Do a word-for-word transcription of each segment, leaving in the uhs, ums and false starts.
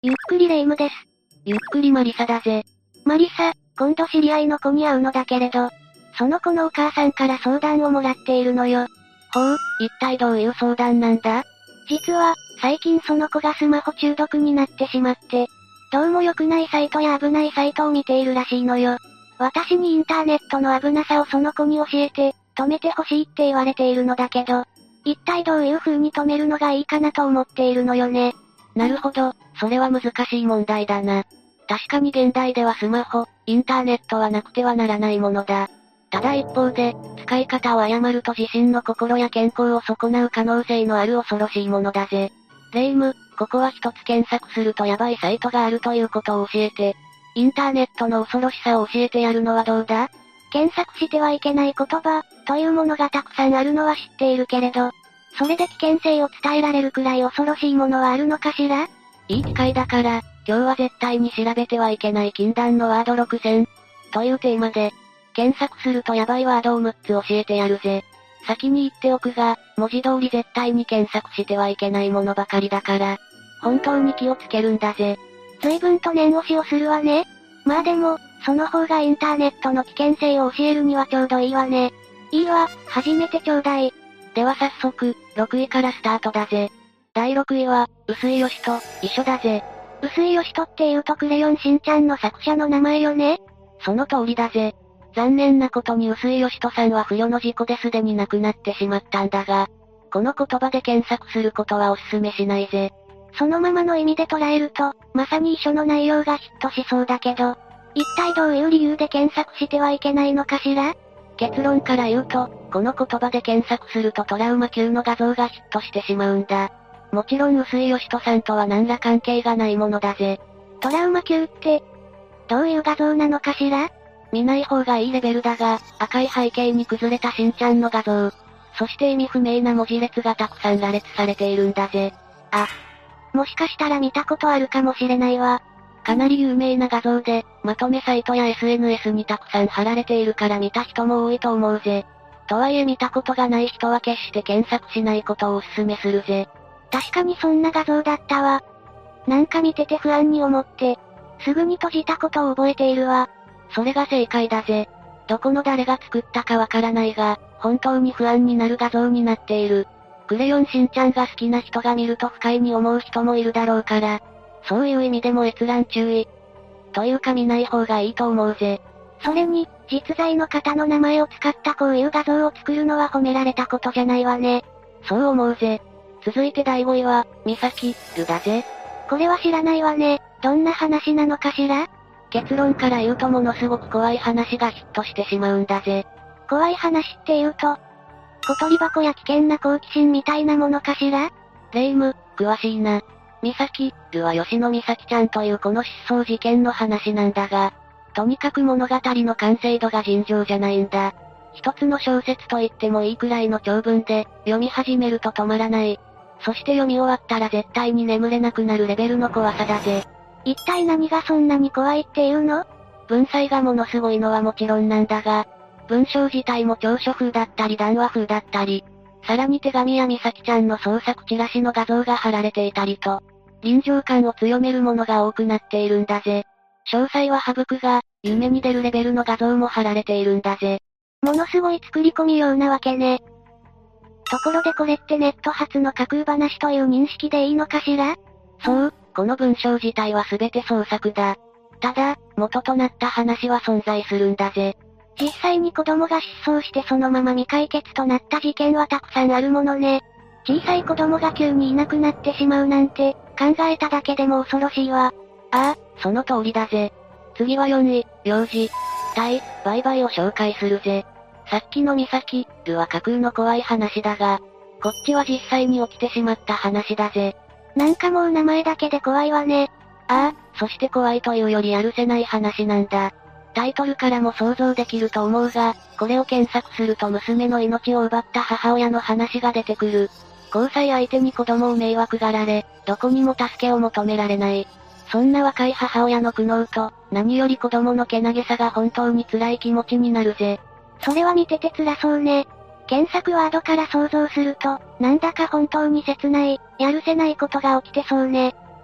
ゆっくりレ夢ムです。 ゆっくりマリサだぜ。 マリサ、今度知り合いの子に会うのだけれど、その子のお母さんから相談をもらっているのよ。 ほう、一体どういう相談なんだ？ 実は、最近その子がスマホ中毒になってしまって、どうも良くないサイトや危ないサイトを見ているらしいのよ。私にインターネットの危なさをその子に教えて、止めてほしいって言われているのだけど、一体どういう風に止めるのがいいかなと思っているのよね。 なるほど、それは難しい問題だな。確かに現代ではスマホ、インターネットはなくてはならないものだ。ただ一方で、使い方を誤ると自身の心や健康を損なう可能性のある恐ろしいものだぜ。レ夢ム、ここは一つ検索するとヤバいサイトがあるということを教えて、インターネットの恐ろしさを教えてやるのはどうだ？ 検索してはいけない言葉、というものがたくさんあるのは知っているけれど、それで危険性を伝えられるくらい恐ろしいものはあるのかしら？ いい機会だから、今日は絶対に調べてはいけない禁断のワードろくせん、というテーマで、検索するとヤバいワードをむっつ教えてやるぜ。先に言っておくが、文字通り絶対に検索してはいけないものばかりだから、本当に気をつけるんだぜ。 随分と念押しをするわね。まあでも、その方がインターネットの危険性を教えるにはちょうどいいわね。いいわ、始めてちょうだい。 では早速、ろくいからスタートだぜ。だいろくいは、薄井義人、一緒だぜ。 薄井義人って言うとクレヨンしんちゃんの作者の名前よね？ その通りだぜ。残念なことに薄井義人さんは不慮の事故ですでに亡くなってしまったんだが、この言葉で検索することはお勧めしないぜ。 そのままの意味で捉えると、まさに遺書の内容がヒットしそうだけど、一体どういう理由で検索してはいけないのかしら？ 結論から言うと、この言葉で検索するとトラウマ級の画像がヒットしてしまうんだ。もちろん薄井義人さんとは何ら関係がないものだぜ。 トラウマ級って、どういう画像なのかしら？ 見ない方がいいレベルだが、赤い背景に崩れたしんちゃんの画像。そして意味不明な文字列がたくさん羅列されているんだぜ。 あ、もしかしたら見たことあるかもしれないわ。 かなり有名な画像で、まとめサイトや エスエヌエス にたくさん貼られているから見た人も多いと思うぜ。とはいえ見たことがない人は決して検索しないことをお勧めするぜ。 確かにそんな画像だったわ。なんか見てて不安に思って、すぐに閉じたことを覚えているわ。 それが正解だぜ。どこの誰が作ったかわからないが、本当に不安になる画像になっている。クレヨンしんちゃんが好きな人が見ると不快に思う人もいるだろうから、そういう意味でも閲覧注意。というか見ない方がいいと思うぜ。 それに、実在の方の名前を使ったこういう画像を作るのは褒められたことじゃないわね。 そう思うぜ。続いてだいごいは、美咲、るだぜ。 これは知らないわね。どんな話なのかしら？ 結論から言うとものすごく怖い話がヒットしてしまうんだぜ。 怖い話って言うと、小鳥箱や危険な好奇心みたいなものかしら？ レ夢ム、詳しいな。美咲、るは吉野美咲ちゃんというこの失踪事件の話なんだが、とにかく物語の完成度が尋常じゃないんだ。一つの小説と言ってもいいくらいの長文で、読み始めると止まらない。そして読み終わったら絶対に眠れなくなるレベルの怖さだぜ。 一体何がそんなに怖いっていうの？ 文才がものすごいのはもちろんなんだが、文章自体も長所風だったり談話風だったり、さらに手紙や美咲ちゃんの創作チラシの画像が貼られていたりと、臨場感を強めるものが多くなっているんだぜ。詳細は省くが、夢に出るレベルの画像も貼られているんだぜ。 ものすごい作り込みようなわけね。ところでこれってネット発の架空話という認識でいいのかしら？ そう、この文章自体は全て創作だ。ただ、元となった話は存在するんだぜ。 実際に子供が失踪してそのまま未解決となった事件はたくさんあるものね。小さい子供が急にいなくなってしまうなんて、考えただけでも恐ろしいわ。 ああ、その通りだぜ。次はよんい、幼児、体、売買を紹介するぜ。さっきの美咲、るは架空の怖い話だが、こっちは実際に起きてしまった話だぜ。 なんかもう名前だけで怖いわね。 ああ、そして怖いというよりやるせない話なんだ。タイトルからも想像できると思うが、これを検索すると娘の命を奪った母親の話が出てくる。交際相手に子供を迷惑がられ、どこにも助けを求められない。そんな若い母親の苦悩と、何より子供のけなげさが本当に辛い気持ちになるぜ。 それは見てて辛そうね。検索ワードから想像すると、なんだか本当に切ない、やるせないことが起きてそうね。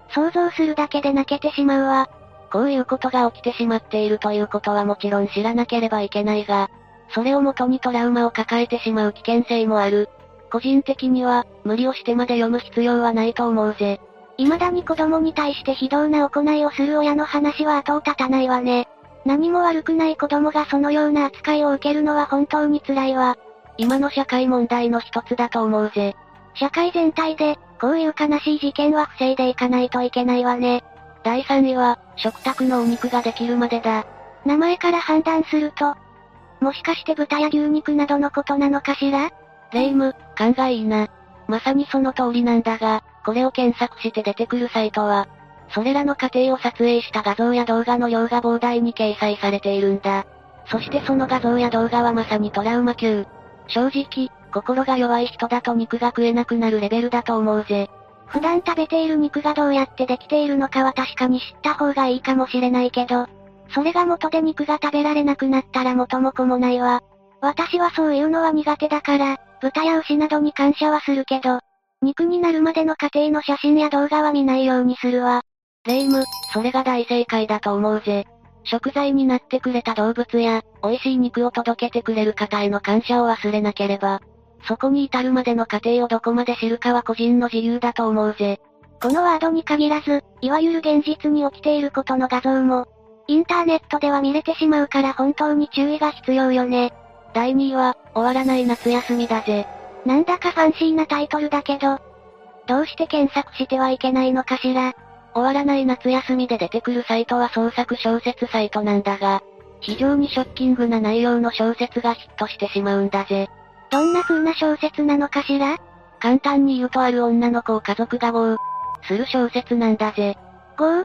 想像するだけで泣けてしまうわ。 こういうことが起きてしまっているということはもちろん知らなければいけないが、それを元にトラウマを抱えてしまう危険性もある。個人的には、無理をしてまで読む必要はないと思うぜ。 未だに子供に対して非道な行いをする親の話は後を絶たないわね。何も悪くない子供がそのような扱いを受けるのは本当に辛いわ。 今の社会問題の一つだと思うぜ。 社会全体で、こういう悲しい事件は防いでいかないといけないわね。 だいさんいは、食卓のお肉ができるまでだ。 名前から判断すると、もしかして豚や牛肉などのことなのかしら？ レイム、勘がいいな。まさにその通りなんだが、これを検索して出てくるサイトは、それらの過程を撮影した画像や動画の量が膨大に掲載されているんだ。そしてその画像や動画はまさにトラウマ級。正直、心が弱い人だと肉が食えなくなるレベルだと思うぜ。 普段食べている肉がどうやってできているのかは確かに知った方がいいかもしれないけど、それが元で肉が食べられなくなったら元も子もないわ。私はそういうのは苦手だから、豚や牛などに感謝はするけど、肉になるまでの過程の写真や動画は見ないようにするわ。 レイム、それが大正解だと思うぜ。食材になってくれた動物や、美味しい肉を届けてくれる方への感謝を忘れなければ、そこに至るまでの過程をどこまで知るかは個人の自由だと思うぜ。 このワードに限らず、いわゆる現実に起きていることの画像も、インターネットでは見れてしまうから本当に注意が必要よね。 だいにいは、終わらない夏休みだぜ。 なんだかファンシーなタイトルだけど、どうして検索してはいけないのかしら。 終わらない夏休みで出てくるサイトは創作小説サイトなんだが、非常にショッキングな内容の小説がヒットしてしまうんだぜ。 どんな風な小説なのかしら？ 簡単に言うとある女の子を家族が拷する小説なんだぜ。 拷って、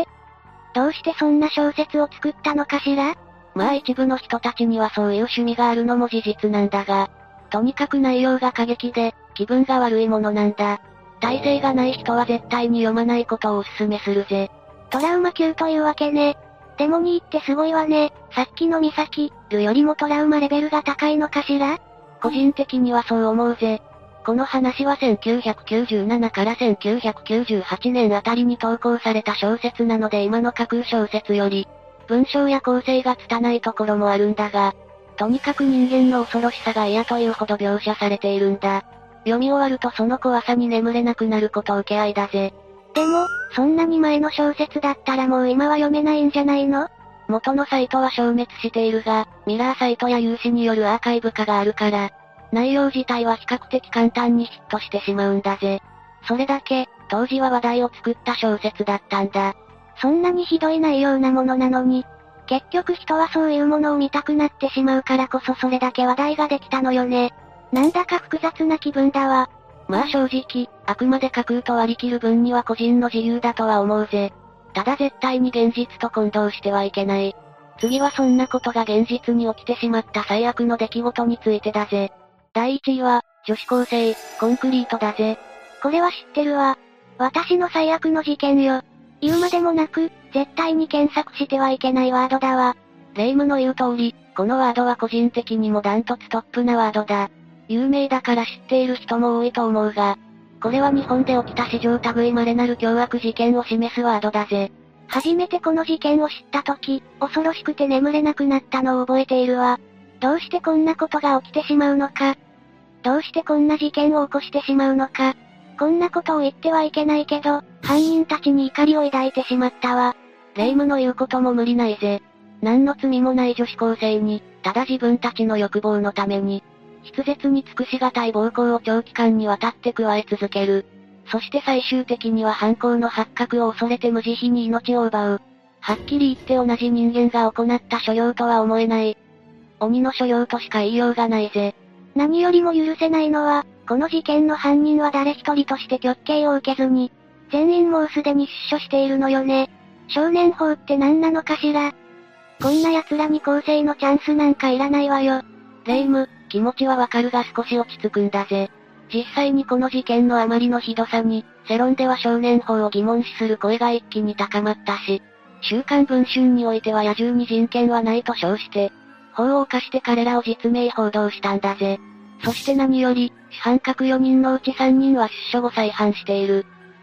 どうしてそんな小説を作ったのかしら？ まあ一部の人たちにはそういう趣味があるのも事実なんだが、とにかく内容が過激で、気分が悪いものなんだ。耐性がない人は絶対に読まないことをお勧めするぜ。 トラウマ級というわけね。でもにいってすごいわね。さっきのミサキ、ルよりもトラウマレベルが高いのかしら？ 個人的にはそう思うぜ。この話はせんきゅうひゃくきゅうじゅうななからせんきゅうひゃくきゅうじゅうはちねんあたりに投稿された小説なので今の架空小説より、文章や構成が拙いところもあるんだが、とにかく人間の恐ろしさが嫌というほど描写されているんだ。読み終わるとその怖さに眠れなくなること受け合いだぜ。 でも、そんなに前の小説だったらもう今は読めないんじゃないの？ 元のサイトは消滅しているが、ミラーサイトや有志によるアーカイブ化があるから、内容自体は比較的簡単にヒットしてしまうんだぜ。それだけ、当時は話題を作った小説だったんだ。 そんなにひどい内容なものなのに、結局人はそういうものを見たくなってしまうからこそそれだけ話題ができたのよね。なんだか複雑な気分だわ。 まあ正直、あくまで架空と割り切る分には個人の自由だとは思うぜ。ただ絶対に現実と混同してはいけない。次はそんなことが現実に起きてしまった最悪の出来事についてだぜ。だいいちいは、女子高生、コンクリートだぜ。 これは知ってるわ。私の最悪の事件よ。言うまでもなく、絶対に検索してはいけないワードだわ。 レイムの言う通り、このワードは個人的にもダントツトップなワードだ。有名だから知っている人も多いと思うが、これは日本で起きた史上類稀なる凶悪事件を示すワードだぜ。 初めてこの事件を知った時、恐ろしくて眠れなくなったのを覚えているわ。どうしてこんなことが起きてしまうのか。どうしてこんな事件を起こしてしまうのか。こんなことを言ってはいけないけど、犯人たちに怒りを抱いてしまったわ。 レイムの言うことも無理ないぜ。何の罪もない女子高生に、ただ自分たちの欲望のために、筆舌に尽くしがたい暴行を長期間にわたって加え続ける。そして最終的には犯行の発覚を恐れて無慈悲に命を奪う。はっきり言って同じ人間が行った所業とは思えない。鬼の所業としか言いようがないぜ。 何よりも許せないのは、この事件の犯人は誰一人として極刑を受けずに、全員もうすでに出所しているのよね。少年法って何なのかしら。こんな奴らに更生のチャンスなんかいらないわよ。 レイム、気持ちはわかるが少し落ち着くんだぜ。実際にこの事件のあまりのひどさに、世論では少年法を疑問視する声が一気に高まったし、週刊文春においては野獣に人権はないと称して、法を犯して彼らを実名報道したんだぜ。そして何より、主犯格よにんのうちさんにんは出所後再犯している。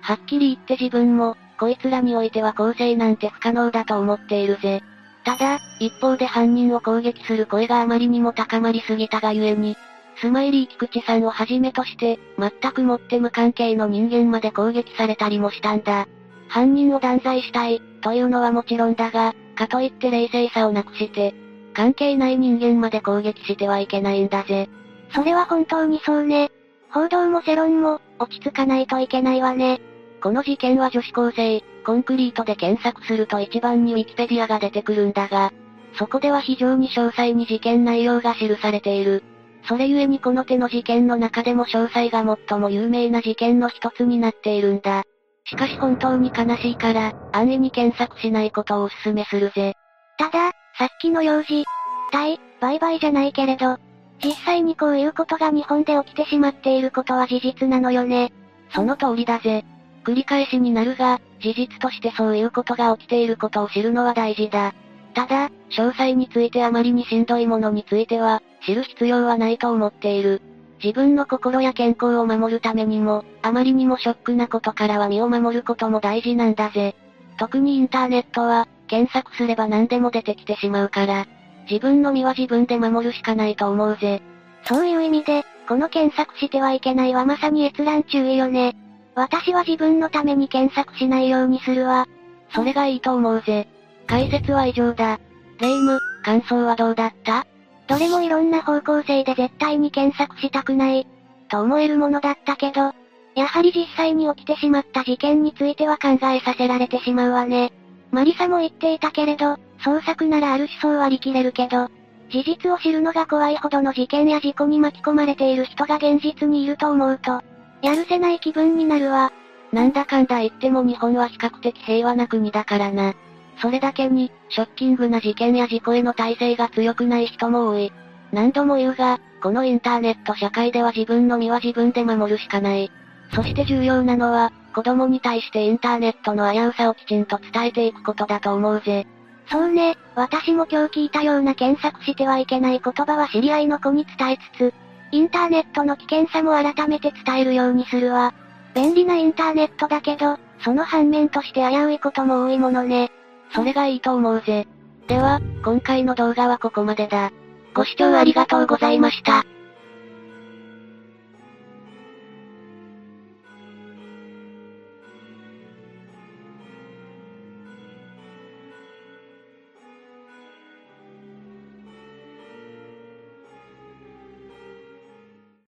はっきり言って自分も、こいつらにおいては更生なんて不可能だと思っているぜ。ただ、一方で犯人を攻撃する声があまりにも高まりすぎたがゆえに、スマイリー菊池さんをはじめとして、全くもって無関係の人間まで攻撃されたりもしたんだ。犯人を断罪したい、というのはもちろんだが、かといって冷静さをなくして、関係ない人間まで攻撃してはいけないんだぜ。 それは本当にそうね。報道も世論も、落ち着かないといけないわね。 この事件は女子高生、コンクリートで検索すると一番にウィキペディアが出てくるんだが、そこでは非常に詳細に事件内容が記されている。それゆえにこの手の事件の中でも詳細が最も有名な事件の一つになっているんだ。しかし本当に悲しいから、安易に検索しないことをお勧めするぜ。 ただ、さっきの幼児、体、売買じゃないけれど、実際にこういうことが日本で起きてしまっていることは事実なのよね。 その通りだぜ。繰り返しになるが、事実としてそういうことが起きていることを知るのは大事だ。ただ、詳細についてあまりにしんどいものについては、知る必要はないと思っている。自分の心や健康を守るためにも、あまりにもショックなことからは身を守ることも大事なんだぜ。特にインターネットは、検索すれば何でも出てきてしまうから、自分の身は自分で守るしかないと思うぜ。 そういう意味で、この検索してはいけないはまさに閲覧注意よね。私は自分のために検索しないようにするわ。 それがいいと思うぜ。解説は以上だ。レイム、感想はどうだった？ どれもいろんな方向性で絶対に検索したくない、と思えるものだったけど、やはり実際に起きてしまった事件については考えさせられてしまうわね。マリサも言っていたけれど、捜索ならあるしそう割り切れるけど、事実を知るのが怖いほどの事件や事故に巻き込まれている人が現実にいると思うと、やるせない気分になるわ。 なんだかんだ言っても日本は比較的平和な国だからな。それだけに、ショッキングな事件や事故への耐性が強くない人も多い。何度も言うが、このインターネット社会では自分の身は自分で守るしかない。そして重要なのは、子供に対してインターネットの危うさをきちんと伝えていくことだと思うぜ。 そうね、私も今日聞いたような検索してはいけない言葉は知り合いの子に伝えつつ、インターネットの危険さも改めて伝えるようにするわ。便利なインターネットだけど、その反面として危ういことも多いものね。 それがいいと思うぜ。では、今回の動画はここまでだ。ご視聴ありがとうございました。